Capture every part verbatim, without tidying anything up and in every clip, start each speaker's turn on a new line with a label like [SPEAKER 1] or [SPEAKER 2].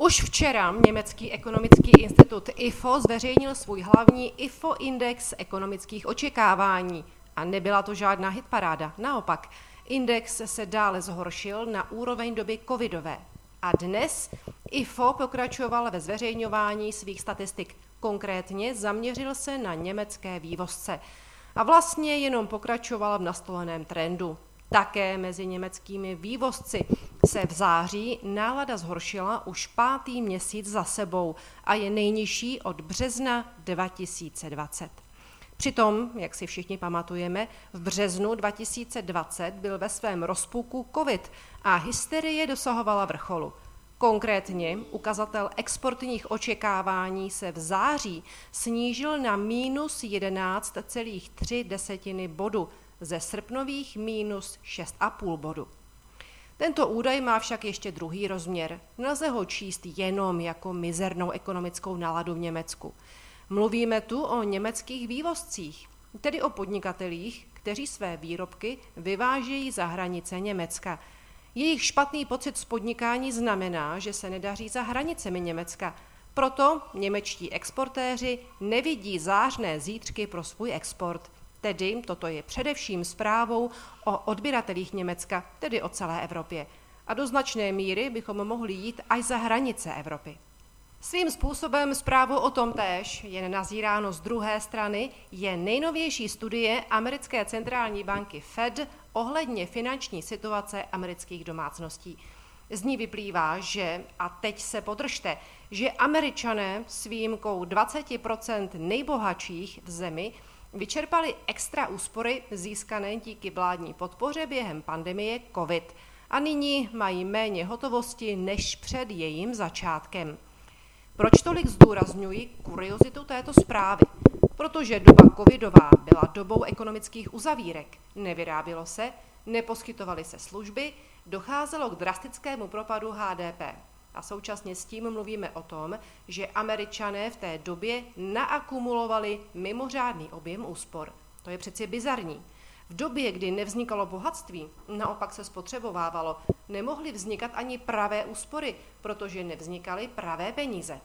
[SPEAKER 1] Už včera německý ekonomický institut I F O zveřejnil svůj hlavní I F O index ekonomických očekávání. A nebyla to žádná hitparáda, naopak. Index se dále zhoršil na úroveň doby covidové. A dnes I F O pokračoval ve zveřejňování svých statistik. Konkrétně zaměřil se na německé vývozce. A vlastně jenom pokračoval v nastoleném trendu. Také mezi německými vývozci se v září nálada zhoršila už pátý měsíc za sebou a je nejnižší od března dva tisíce dvacet. Přitom, jak si všichni pamatujeme, v březnu dva tisíce dvacet byl ve svém rozpuku covid a hysterie dosahovala vrcholu. Konkrétně ukazatel exportních očekávání se v září snížil na mínus jedenáct celá tři desetiny bodu, ze srpnových mínus šest celá pět bodu. Tento údaj má však ještě druhý rozměr. Nelze ho číst jenom jako mizernou ekonomickou náladu v Německu. Mluvíme tu o německých vývozcích, tedy o podnikatelích, kteří své výrobky vyvážejí za hranice Německa. Jejich špatný pocit z podnikání znamená, že se nedaří za hranicemi Německa. Proto němečtí exportéři nevidí zářné zítřky pro svůj export. Tedy toto je především zprávou o odběratelích Německa, tedy o celé Evropě. A do značné míry bychom mohli jít až za hranice Evropy. Svým způsobem zprávou o tom též, jen nazíráno z druhé strany, je nejnovější studie americké centrální banky Fed ohledně finanční situace amerických domácností. Z ní vyplývá, že, a teď se podržte, že Američané s výjimkou dvacet procent nejbohatších v zemi vyčerpali extra úspory získané díky vládní podpoře během pandemie COVID a nyní mají méně hotovosti než před jejím začátkem. Proč tolik zdůrazňuji kuriozitu této zprávy? Protože doba covidová byla dobou ekonomických uzavírek. Nevyrábělo se, neposkytovaly se služby, docházelo k drastickému propadu H D P. A současně s tím mluvíme o tom, že Američané v té době naakumulovali mimořádný objem úspor. To je přeci bizarní. V době, kdy nevznikalo bohatství, naopak se spotřebovávalo, nemohly vznikat ani pravé úspory, protože nevznikaly pravé peníze.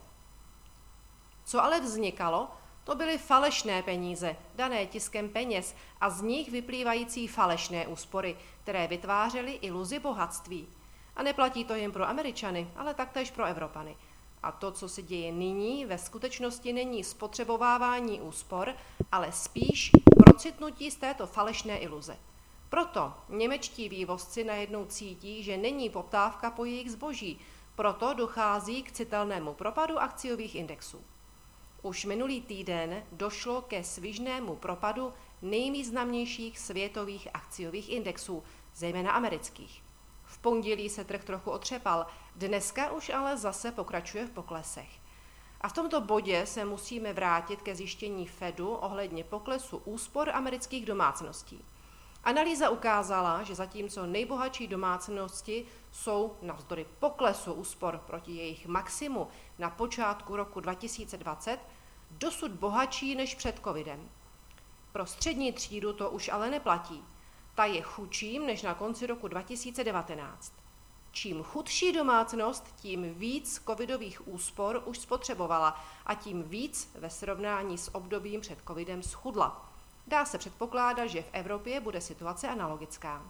[SPEAKER 1] Co ale vznikalo, to byly falešné peníze, dané tiskem peněz a z nich vyplývající falešné úspory, které vytvářely iluzi bohatství. A neplatí to jen pro Američany, ale taktéž pro Evropany. A to, co se děje nyní, ve skutečnosti není spotřebovávání úspor, ale spíš procitnutí z této falešné iluze. Proto němečtí vývozci najednou cítí, že není poptávka po jejich zboží, proto dochází k citelnému propadu akciových indexů. Už minulý týden došlo ke svižnému propadu nejvýznamnějších světových akciových indexů, zejména amerických. V pondělí se trh trochu otřepal, dneska už ale zase pokračuje v poklesech. A v tomto bodě se musíme vrátit ke zjištění Fedu ohledně poklesu úspor amerických domácností. Analýza ukázala, že zatímco nejbohatší domácnosti jsou navzdory poklesu úspor proti jejich maximu na počátku roku dva tisíce dvacet dosud bohatší než před covidem. Pro střední třídu to už ale neplatí. Ta je chudším než na konci roku dva tisíce devatenáct. Čím chudší domácnost, tím víc covidových úspor už spotřebovala a tím víc ve srovnání s obdobím před covidem schudla. Dá se předpokládat, že v Evropě bude situace analogická.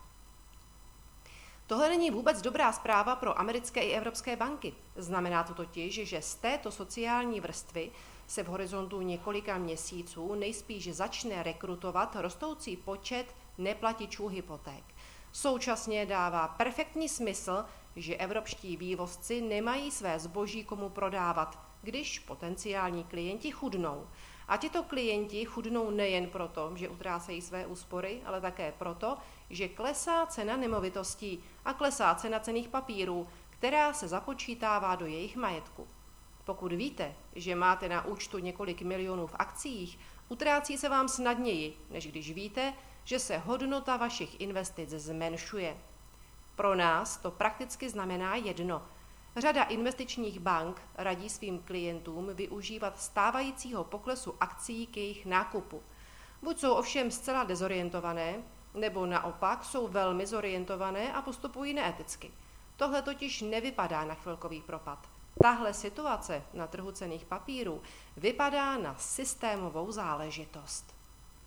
[SPEAKER 1] Tohle není vůbec dobrá zpráva pro americké i evropské banky. Znamená to totiž, že z této sociální vrstvy se v horizontu několika měsíců nejspíš začne rekrutovat rostoucí počet neplatičů hypoték. Současně dává perfektní smysl, že evropští vývozci nemají své zboží komu prodávat, když potenciální klienti chudnou. A tito klienti chudnou nejen proto, že utrácejí své úspory, ale také proto, že klesá cena nemovitostí a klesá cena cenných papírů, která se započítává do jejich majetku. Pokud víte, že máte na účtu několik milionů v akciích, utrácí se vám snadněji, než když víte, že se hodnota vašich investic zmenšuje. Pro nás to prakticky znamená jedno. Řada investičních bank radí svým klientům využívat stávajícího poklesu akcií k jejich nákupu. Buď jsou ovšem zcela dezorientované, nebo naopak jsou velmi zorientované a postupují neeticky. Tohle totiž nevypadá na chvilkový propad. Tahle situace na trhu cenných papírů vypadá na systémovou záležitost.